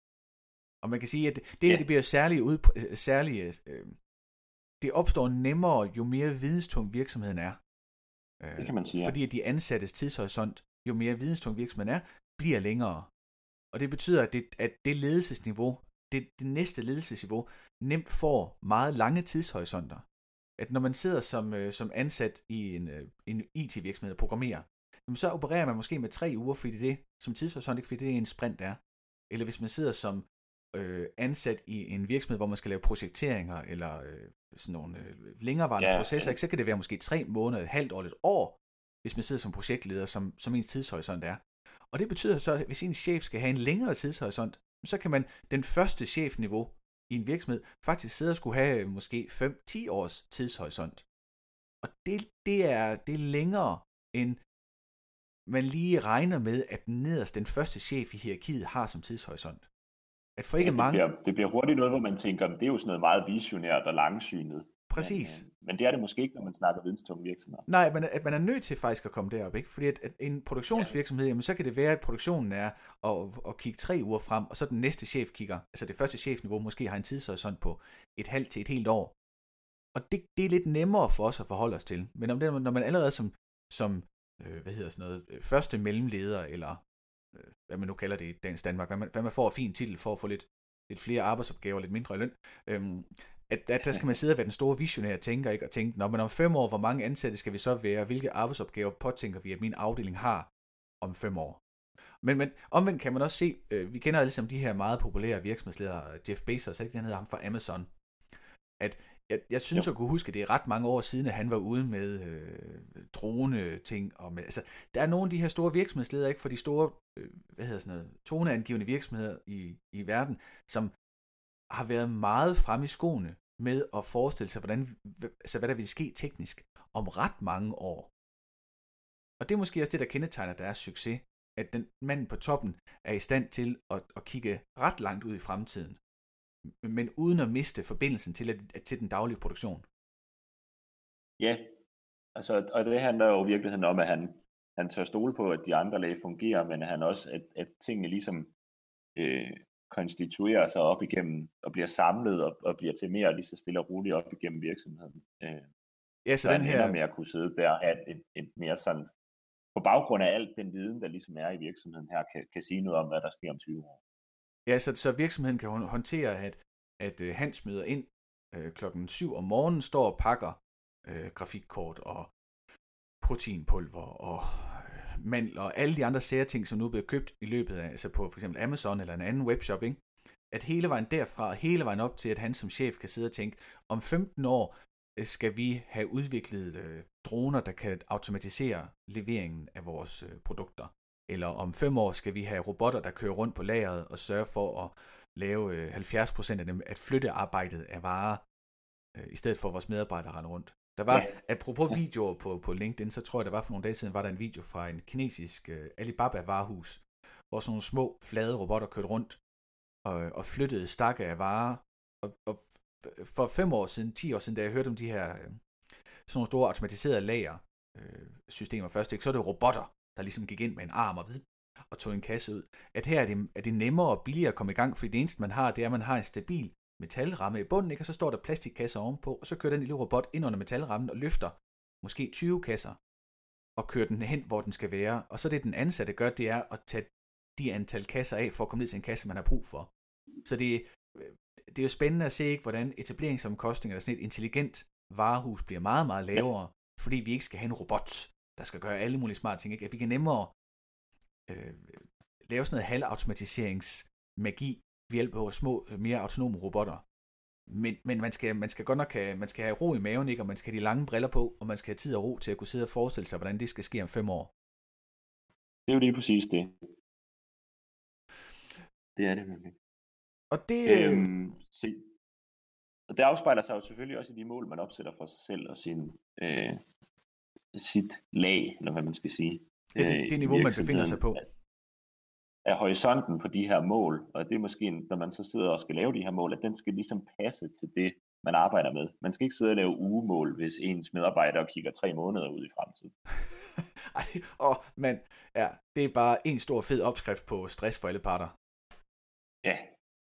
Og man kan sige, at det her ja. det bliver særligt ud, særligt, øh, det opstår nemmere, jo mere videnstung virksomheden er. Øh, det kan man sige, ja. Fordi at de ansattes tidshorisont, jo mere videnstung virksomheden er, bliver længere. Og det betyder, at det, at det ledelsesniveau, det, det næste ledelsesniveau, nemt får meget lange tidshorisonter. At når man sidder som, øh, som ansat i en, øh, en I T-virksomhed og programmerer, jamen så opererer man måske med tre uger, fordi det er det, som tidshorisont, ikke fordi det er en sprint er. Eller hvis man sidder som øh, ansat i en virksomhed, hvor man skal lave projekteringer, eller øh, sådan nogle øh, længerevarende ja, processer, ja. Så kan det være måske tre måneder, et halvt år, et år, hvis man sidder som projektleder, som, som ens tidshorisont er. Og det betyder så, at hvis en chef skal have en længere tidshorisont, så kan man den første chefniveau i en virksomhed faktisk sidder og skulle have måske fem til ti års tidshorisont. Og det, det, er, det er længere, end man lige regner med, at nederst den første chef i hierarkiet har som tidshorisont. At for ikke ja, det, mange... bliver, det bliver hurtigt noget, hvor man tænker, det er jo sådan noget meget visionært og langsynet. Præcis. Men, men det er det måske ikke, når man snakker videnstunge virksomheder. Nej, men at man er nødt til faktisk at komme derop, ikke? Fordi at, at en produktionsvirksomhed, jamen, så kan det være, at produktionen er at, at kigge tre uger frem, og så den næste chef kigger, altså det første chefniveau måske har en tidshorisont på et halvt til et helt år. Og det, det er lidt nemmere for os at forholde os til. Men når man allerede som, som øh, hvad hedder sådan noget, første mellemleder, eller øh, hvad man nu kalder det i dagens Danmark, hvad man, hvad man får en fin titel for at få lidt, lidt flere arbejdsopgaver, lidt mindre løn, øhm, At, at der skal man sidde og være den store visionære tænker, ikke? Og tænke, når man om fem år, hvor mange ansatte skal vi så være? Hvilke arbejdsopgaver påtænker vi, at min afdeling har om fem år? Men, men omvendt kan man også se, øh, vi kender alle sammen de her meget populære virksomhedsledere, Jeff Bezos, ikke? Den hedder ham fra Amazon. At jeg, jeg synes, jo. Jeg kunne huske, at det er ret mange år siden, at han var ude med øh, drone-ting. Og med, altså, der er nogle af de her store virksomhedsledere, ikke? For de store, øh, hvad hedder sådan noget, toneangivende virksomheder i, i verden, som har været meget fremme i skoene med at forestille sig, hvordan, altså hvad der vil ske teknisk om ret mange år. Og det er måske også det, der kendetegner deres succes, at den manden på toppen er i stand til at, at kigge ret langt ud i fremtiden, men uden at miste forbindelsen til, at, til den daglige produktion. Ja, altså, og det handler jo i virkeligheden om, at han, han tør stole på, at de andre lag fungerer, men han også, at, at tingene ligesom øh, konstituerer sig op igennem, og bliver samlet og, og bliver til mere lige så stille og roligt op igennem virksomheden. Øh, ja, så, så den han her... ender med at kunne sidde der og have et, et, et mere sådan, på baggrund af alt den viden, der ligesom er i virksomheden her, kan, kan sige noget om, hvad der sker om tyve år. Ja, så, så virksomheden kan håndtere, at, at uh, Hans møder ind uh, klokken syv om morgenen, står og pakker uh, grafikkort og proteinpulver og uh, mandler og alle de andre sære ting, som nu bliver købt i løbet af, altså på for eksempel Amazon eller en anden webshop, ikke? At hele vejen derfra, hele vejen op til, at han som chef kan sidde og tænke, om femten år skal vi have udviklet uh, droner, der kan automatisere leveringen af vores uh, produkter. Eller om fem år skal vi have robotter, der kører rundt på lageret og sørger for at lave uh, halvfjerds procent af dem, at flytte arbejdet af varer, uh, i stedet for at vores medarbejdere render rundt. Der var, ja. Apropos videoer på, på LinkedIn, så tror jeg, der var for nogle dage siden, var der en video fra en kinesisk uh, Alibaba-varehus, hvor sådan nogle små, flade robotter kørte rundt og, og flyttede stakke af varer. Og, og for fem år siden, ti år siden, da jeg hørte om de her uh, sådan nogle store automatiserede lagersystemer uh, først, ikke, så er det robotter, der ligesom gik ind med en arm og, og tog en kasse ud. At her er det, er det nemmere og billigere at komme i gang, fordi det eneste, man har, det er, at man har en stabil metalramme i bunden, ikke? Og så står der plastikkasser ovenpå, og så kører den lille robot ind under metalrammen og løfter måske tyve kasser og kører den hen, hvor den skal være. Og så det, den ansatte gør, det er at tage de antal kasser af, for at komme ned til en kasse, man har brug for. Så det, det er jo spændende at se, ikke, hvordan etableringsomkostninger af sådan et intelligent varehus bliver meget, meget lavere, fordi vi ikke skal have en robot, der skal gøre alle mulige smarte ting, ikke? At vi kan nemmere øh, lave sådan noget halvautomatiseringsmagi ved hjælp af små, mere autonome robotter. Men, men man, skal, man skal godt nok have, man skal have ro i maven, ikke? Og man skal have de lange briller på, og man skal have tid og ro til at kunne sidde og forestille sig, hvordan det skal ske om fem år. Det er jo lige præcis det. Det er det nemlig. Og det... Øhm, se. Og det afspejler sig jo selvfølgelig også i de mål, man opsætter for sig selv og sin... Øh, sit lag, eller hvad man skal sige. Ja, det, det niveau, man befinder sig på. Er horisonten på de her mål, og det er måske, når man så sidder og skal lave de her mål, at den skal ligesom passe til det, man arbejder med. Man skal ikke sidde og lave ugemål, hvis ens medarbejdere kigger tre måneder ud i fremtiden. Ej, åh, men ja, det er bare en stor fed opskrift på stress for alle parter. Ja.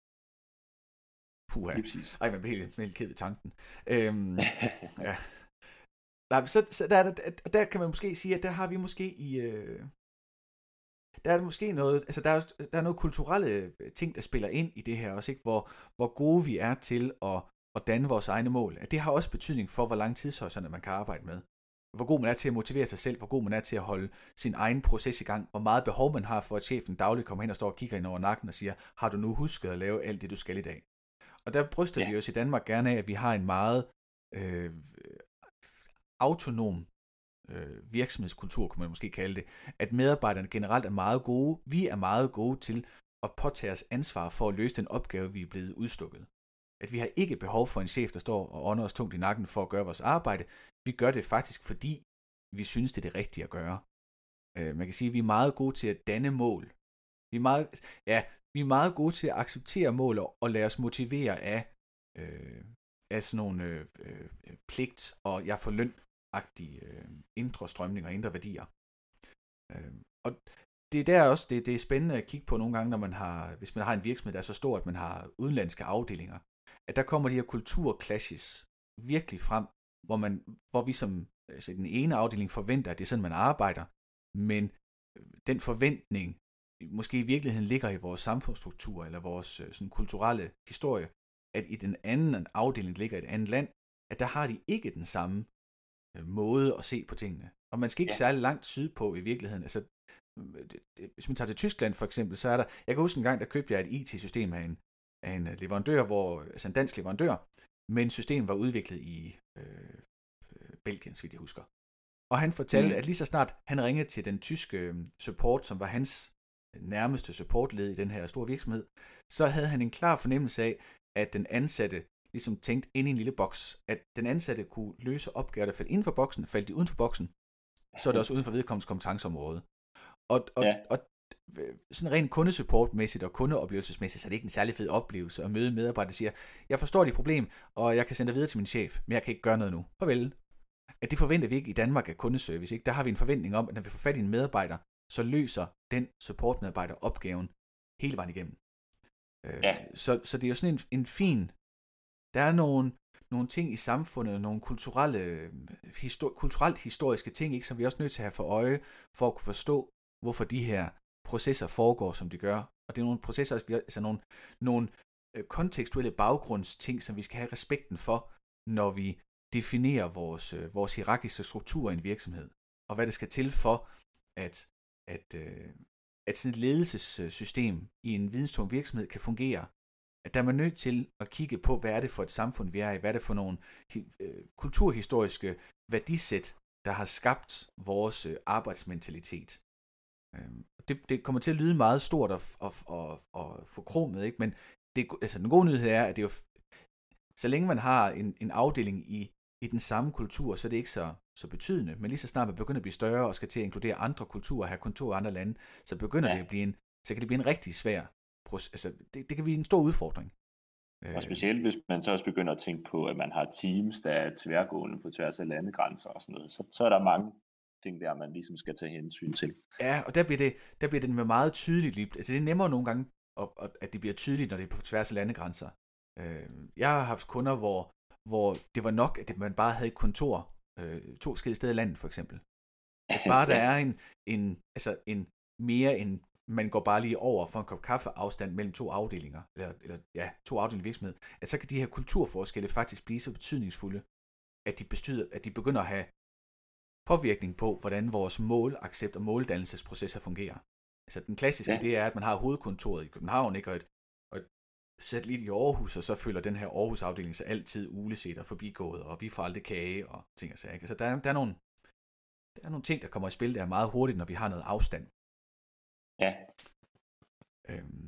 Puha. Ej, man bliver helt, helt ked ved tanken. Øhm, ja. Nej, så, så der, der, der kan man måske sige, at der har vi måske i... Øh, der er det måske noget... Altså, der er, der er noget kulturelle ting, der spiller ind i det her også, ikke? Hvor, hvor gode vi er til at, at danne vores egne mål. At det har også betydning for, hvor lang tidshorisont man kan arbejde med. Hvor god man er til at motivere sig selv, hvor god man er til at holde sin egen proces i gang, hvor meget behov man har for, at chefen dagligt kommer hen og står og kigger ind over nakken og siger, har du nu husket at lave alt det, du skal i dag? Og der bryster ja. vi også i Danmark gerne af, at vi har en meget... Øh, autonom øh, virksomhedskultur, kunne man måske kalde det, at medarbejderne generelt er meget gode. Vi er meget gode til at påtage os ansvar for at løse den opgave, vi er blevet udstukket. At vi har ikke behov for en chef, der står og ånder os tungt i nakken for at gøre vores arbejde. Vi gør det faktisk, fordi vi synes, det er det rigtige at gøre. Øh, man kan sige, at vi er meget gode til at danne mål. Vi er meget, ja, vi er meget gode til at acceptere mål og lade os motivere af, øh, af sådan nogle øh, øh, pligt og jeg får løn agtige øh, indre strømninger og indre værdier. Øh, og det er der også, det, det er spændende at kigge på nogle gange, når man har, hvis man har en virksomhed, der er så stor, at man har udenlandske afdelinger, at der kommer de her kulturclashes virkelig frem, hvor, man, hvor vi som altså den ene afdeling forventer, at det er sådan, man arbejder, men den forventning måske i virkeligheden ligger i vores samfundsstruktur, eller vores sådan, kulturelle historie, at i den anden afdeling ligger i et andet land, at der har de ikke den samme måde at se på tingene. Og man skal ikke ja. særlig langt sydpå i virkeligheden. Altså, hvis man tager til Tyskland for eksempel, så er der, jeg kan huske en gang, der købte jeg et I T-system af en, af en leverandør, hvor, altså en dansk leverandør, men systemet var udviklet i øh, Belgien, så vidt jeg husker. Og han fortalte, mm. at lige så snart han ringede til den tyske support, som var hans nærmeste supportled i den her store virksomhed, så havde han en klar fornemmelse af, at den ansatte ligesom tænkt ind i en lille boks, at den ansatte kunne løse opgaver, der faldt inden for boksen, faldt de uden for boksen, så er det også uden for vedkommens kompetenceområde. Og, og, ja. og sådan rent kundesupportmæssigt og kundeoplevelsesmæssigt, så er det ikke en særlig fed oplevelse at møde medarbejdere, der siger, jeg forstår dit problem, og jeg kan sende dig videre til min chef, men jeg kan ikke gøre noget nu. Farvel. At det forventer vi ikke i Danmark af kundeservice. Ikke? Der har vi en forventning om, at når vi får fat i en medarbejder, så løser den supportmedarbejder opgaven hele vejen igennem. Ja. Så, så det er jo sådan en, en fin... Der er nogle, nogle ting i samfundet, nogle kulturelle, histor, kulturelt historiske ting, ikke, som vi er også nødt til at have for øje, for at kunne forstå, hvorfor de her processer foregår, som de gør. Og det er nogle processer, altså nogle, nogle kontekstuelle baggrundsting, som vi skal have respekten for, når vi definerer vores, vores hierarkiske struktur i en virksomhed. Og hvad det skal til for, at, at, at sådan et ledelsessystem i en videnstung virksomhed kan fungere. At der er man nødt til at kigge på, hvad er det for et samfund, vi er i, hvad er det for nogle øh, kulturhistoriske værdisæt, der har skabt vores øh, arbejdsmentalitet. Øh, det, det kommer til at lyde meget stort og, og, og, og forkromet, ikke? Men det, altså, den gode nyhed er, at det er jo, så længe man har en, en afdeling i, i den samme kultur, så er det ikke så, så betydende. Men lige så snart man begynder at blive større og skal til at inkludere andre kulturer, have kontorer i andre lande, så begynder ja. det at blive en, så kan det blive en rigtig svær altså, det, det kan blive en stor udfordring. Og specielt hvis man så også begynder at tænke på, at man har teams, der er tværgående på tværs af landegrænser og sådan noget, så, så er der mange ting der, man ligesom skal tage hensyn til. Ja, og der bliver det, der bliver det med meget tydeligt. Altså det er nemmere nogle gange, at det bliver tydeligt, når det er på tværs af landegrænser. Jeg har haft kunder, hvor, hvor det var nok, at man bare havde et kontor to forskellige steder i landet, for eksempel. At bare der er en, en, altså en mere en man går bare lige over for en kop kaffe afstand mellem to afdelinger, eller, eller ja, to afdelinger virksomhed, at så kan de her kulturforskelle faktisk blive så betydningsfulde, at de, bestyder, at de begynder at have påvirkning på, hvordan vores målaccept og måldannelsesprocesser fungerer. Altså den klassiske, ja. det er, at man har hovedkontoret i København, ikke, og et, og et satellit i Aarhus, og så følger den her Aarhus-afdeling sig altid uleset og forbigået, og vi får aldrig kage og ting og sager. Altså der, der, er nogle, der er nogle ting, der kommer i spil, der er meget hurtigt, når vi har noget afstand. Ja. Øhm.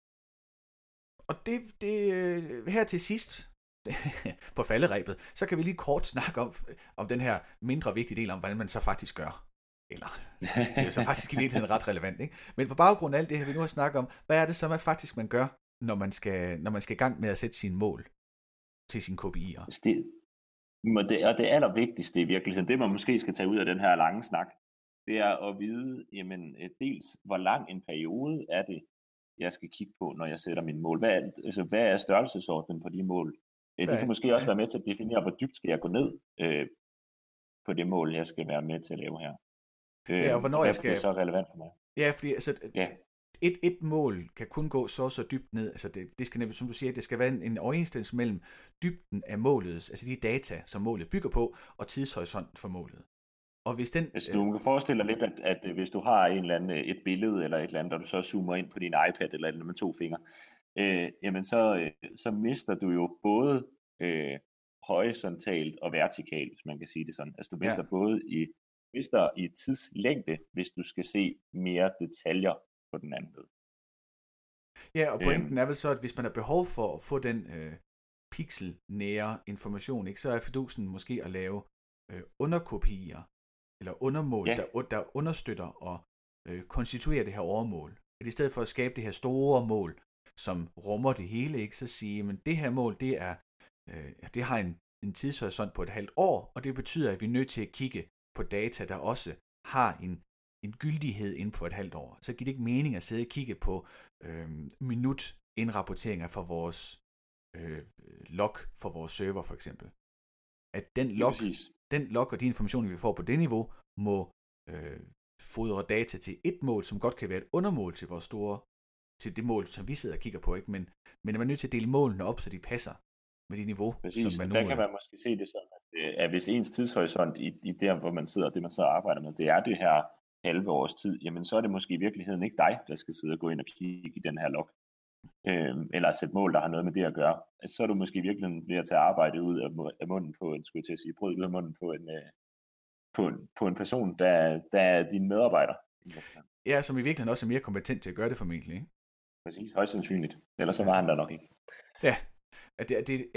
Og det, det her til sidst på falderebet, så kan vi lige kort snakke om, om den her mindre vigtige del om, hvordan man så faktisk gør. Eller, det er så faktisk i virkeligheden ret relevant, ikke? Men på baggrund af alt det her, vi nu har snakket om, hvad er det så, man faktisk man gør, når man skal, når man skal i gang med at sætte sine mål til sine K P I'er? Det, og det allervigtigste i virkeligheden, det man måske skal tage ud af den her lange snak, det er at vide, jamen, dels, hvor lang en periode er det, jeg skal kigge på, når jeg sætter mine mål. Hvad er, altså, hvad er størrelsesordenen på de mål? Det kan måske også være med til at definere, hvor dybt skal jeg gå ned øh, på det mål, jeg skal være med til at lave her. Øh, ja, og hvornår jeg skal... Det er så relevant for mig. Ja, fordi altså, ja. Et, et mål kan kun gå så så dybt ned. Altså det, det skal nemlig, som du siger, det skal være en, en overensstemmelse mellem dybden af målet, altså de data, som målet bygger på, og tidshorisont for målet. Og hvis den, hvis du kan forestille dig lidt, at, at hvis du har en eller anden, et billede eller et eller andet, og du så zoomer ind på din iPad eller et eller andet med to fingre, øh, jamen så, øh, så mister du jo både øh, horisontalt og vertikalt, hvis man kan sige det sådan. Altså du mister ja. både i, mister i tidslængde, hvis du skal se mere detaljer på den anden led. Ja, og pointen øhm, er vel så, at hvis man har behov for at få den øh, pixelnære information, ikke, så er fidusen måske at lave øh, underkopier eller undermål, ja. der, der understøtter og øh, konstituerer det her overmål. At i stedet for at skabe det her store mål, som rummer det hele, ikke, så sige, men det her mål, det er øh, det har en, en tidshorisont på et halvt år, og det betyder, at vi er nødt til at kigge på data, der også har en, en gyldighed inden for et halvt år. Så giver det ikke mening at sidde og kigge på øh, minut-indrapporteringer fra vores øh, log for vores server, for eksempel. At den log, den log og de informationer, vi får på det niveau, må øh, fodre data til et mål, som godt kan være et undermål til vores store, til det mål, som vi sidder og kigger på, ikke? Men, men man er nødt til at dele målene op, så de passer med det niveau, præcis, som man nu... Der kan man måske se det sådan, at, at hvis ens tidshorisont i, i der, hvor man sidder, det man så arbejder med, det er det her halve års tid, jamen så er det måske i virkeligheden ikke dig, der skal sidde og gå ind og kigge i den her log, øhm, eller sætte mål, der har noget med det at gøre. Altså, så er du måske i virkeligheden ved at tage arbejde ud af, af munden på en, skulle jeg til at sige, brød ud af munden på en, øh, på en, på en person, der, der er din medarbejder. Ja, som i virkeligheden også er mere kompetent til at gøre det formentlig, ikke? Præcis, højst sandsynligt. Ellers så var han der nok ikke. Ja, det, det, ja.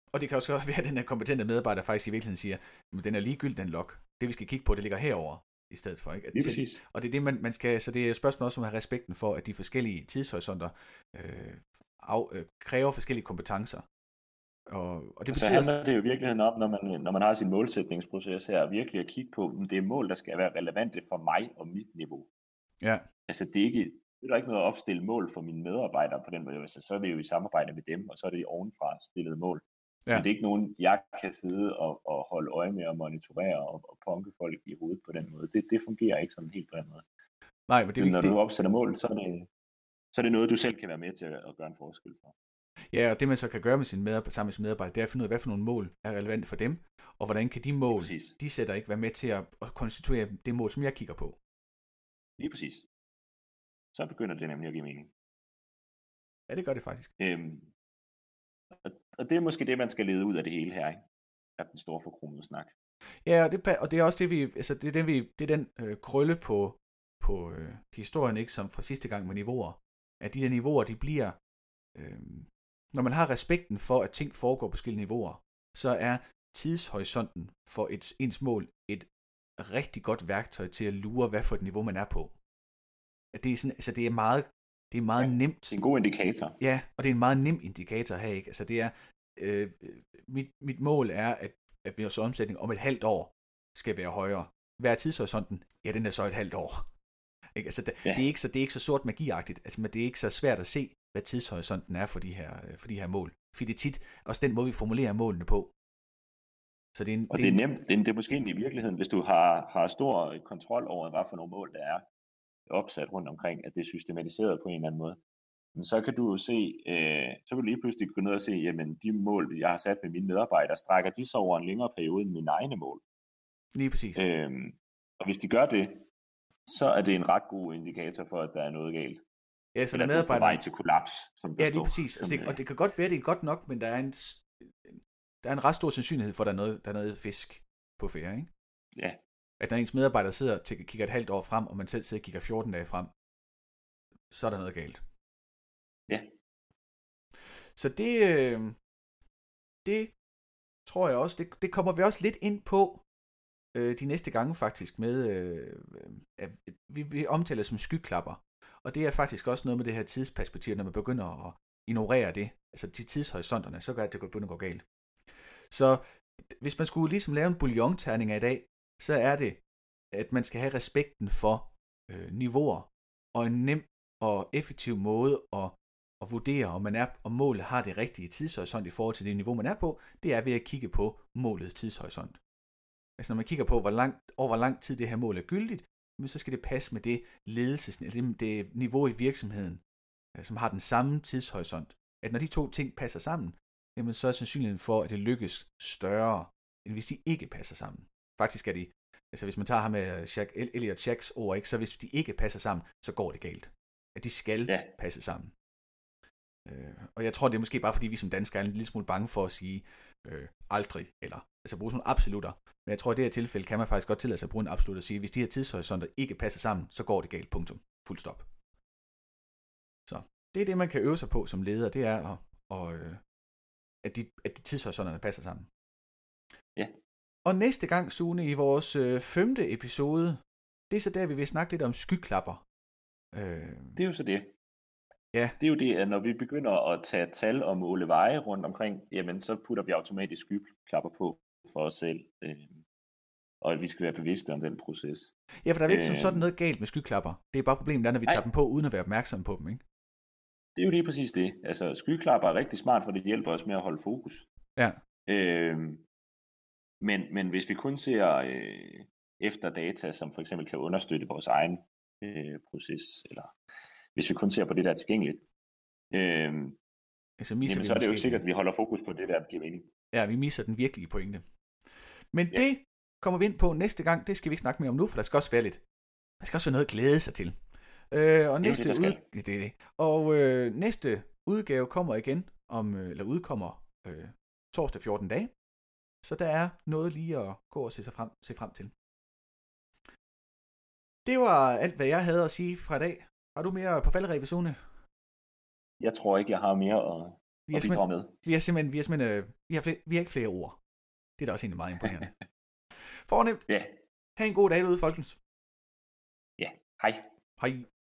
Og det kan også være, at den her kompetente medarbejder faktisk i virkeligheden siger, at den er ligegyldig, den log. Det vi skal kigge på, det ligger herover i stedet for. Ikke? At, Lige præcis. Og det er det, man, man skal, så det er et spørgsmål også om at have respekten for, at de forskellige tidshorisonter øh, af, øh, kræver forskellige kompetencer. Og, og det og betyder... så handler det jo i virkeligheden om, når man, når man har sin målsætningsproces her, virkelig at kigge på, om det er mål, der skal være relevante for mig og mit niveau. Ja. Altså det er ikke, det er der ikke noget at opstille mål for mine medarbejdere på den måde. Altså, så er det jo i samarbejde med dem, og så er det ovenfra stillet mål. Ja. Men det er ikke nogen, jeg kan sidde og, og holde øje med og monitorere og, og punke folk i hovedet på den måde. Det, det fungerer ikke sådan helt på den måde. Nej, men det er men når det... du opsætter mål, så er, det, så er det noget, du selv kan være med til at, at gøre en forskel for. Ja, og det man så kan gøre med sine medarbejder, sammen med sine medarbejdere, det er at finde ud af, hvad for nogle mål er relevante for dem, og hvordan kan de mål, præcis. De sætter ikke være med til at, at konstituere det mål, som jeg kigger på. Lige præcis. Så begynder det nemlig at give mening. Ja, det gør det faktisk. Øhm, og, og det er måske det, man skal lede ud af det hele her, ikke? Af den store forkromede snak. Ja, og det, og det er også det, vi, altså det er den, vi, det er den øh, krølle på, på øh, historien, ikke, som fra sidste gang med niveauer. At de der niveauer, de bliver, øh, når man har respekten for, at ting foregår på forskellige niveauer, så er tidshorisonten for et, ens mål et rigtig godt værktøj til at lure, hvad for et niveau man er på. At det er sådan, altså det er meget, det er meget ja, nemt. Det er en god indikator. Ja, og det er en meget nem indikator her, ikke? Altså det er, øh, mit, mit mål er, at, at vores omsætning om et halvt år skal være højere. Hvad er tidshorisonten? Ja, den er så et halvt år. Ikke? Altså det, ja. det, er ikke så, det er ikke så sort magiagtigt, altså, men det er ikke så svært at se, hvad tidshorisonten er for de her, for de her mål. For det er tit også den måde, vi formulerer målene på. Så det er en, og det er, det er nemt, det er, det er måske i virkeligheden, hvis du har, har stor kontrol over, hvad for nogle mål der er opsat rundt omkring, at det er systematiseret på en eller anden måde. Men så kan du jo se, øh, så kan du lige pludselig gå ned og se, jamen de mål, jeg har sat med mine medarbejdere, strækker de så over en længere periode end mine egne mål. Lige præcis. Øhm, og hvis de gør det, så er det en ret god indikator for, at der er noget galt. Ja, så eller er medarbejdere... på vej til kollaps, som der ja, lige står, præcis. som, altså, det, og det kan godt være, det er godt nok, men der er en, der er en ret stor sandsynlighed for, at der er noget, der er noget fisk på færde, ikke? Ja. At når ens medarbejdere sidder og kigger et halvt år frem, og man selv sidder og kigger fjorten dage frem, så er der noget galt. Ja. Så det, øh, det tror jeg også, det, det kommer vi også lidt ind på øh, de næste gange faktisk med, øh, at vi, vi omtaler som skyklapper. Og det er faktisk også noget med det her tidsperspektiv, når man begynder at ignorere det, altså de tidshorisonterne, så gør det, at det kan begynde at gå galt. Så hvis man skulle ligesom lave en bouillon-terning af i dag, så er det, at man skal have respekten for øh, niveauer, og en nem og effektiv måde at, at vurdere, om man er, om målet har det rigtige tidshorisont i forhold til det niveau, man er på, det er ved at kigge på målets tidshorisont. Altså når man kigger på, hvor lang, over hvor lang tid det her mål er gyldigt, så skal det passe med det ledelses, det, det niveau i virksomheden, som har den samme tidshorisont. At når de to ting passer sammen, jamen så er sandsynligheden for, at det lykkes større, end hvis de ikke passer sammen. Faktisk er de, altså hvis man tager ham med Jack, Elliot Jacks ord, ikke, så hvis de ikke passer sammen, så går det galt. At de skal ja. passe sammen. Øh, og jeg tror, det er måske bare, fordi vi som danskere er en lille smule bange for at sige øh, aldrig, eller altså bruge sådan nogle absolutter. Men jeg tror, i det her tilfælde kan man faktisk godt tillade sig at bruge en absolut og sige, hvis de her tidshorisonter ikke passer sammen, så går det galt, punktum. Fuld stop. Så det er det, man kan øve sig på som leder, det er, at, og, øh, at, de, at de tidshorisonterne passer sammen. Ja. Og næste gang, Sune, i vores øh, femte episode, det er så der, vi vil snakke lidt om skyklapper. Øh, det er jo så det. Ja. Det er jo det, at når vi begynder at tage tal og måle veje rundt omkring, jamen så putter vi automatisk skyklapper på for os selv. Øh, og at vi skal være bevidste om den proces. Ja, for der er ikke øh, som sådan noget galt med skyklapper. Det er bare problemet, når vi tager ej. dem på, uden at være opmærksom på dem, ikke? Det er jo lige præcis det. Altså, skyklapper er rigtig smart, for det hjælper os med at holde fokus. Ja. Øh, men, men hvis vi kun ser øh, efter data, som for eksempel kan understøtte vores egen øh, proces, eller hvis vi kun ser på det, der er tilgængeligt, øh, altså, jamen, så er det jo ikke sikkert, at vi holder fokus på det, der giver mening. Ja, vi misser den virkelige pointe. Men ja. det kommer vi ind på næste gang. Det skal vi ikke snakke mere om nu, for der skal også være lidt. Der skal også være noget at glæde sig til. Øh, og det næste det, ud... det er det. Og øh, næste udgave kommer igen, om, eller udkommer øh, torsdag fjorten dage. Så der er noget lige at gå og se, sig frem, se frem til. Det var alt, hvad jeg havde at sige fra i dag. Har du mere på falderebet, Sune? Jeg tror ikke, jeg har mere at vi har bidrage med. Vi har simpelthen, vi har simpelthen øh, vi, har flere, vi har ikke flere ord. Det er da også egentlig meget imponerende. Fornemt. Ja. Ha' en god dag derude, folkens. Ja, hej. Hej.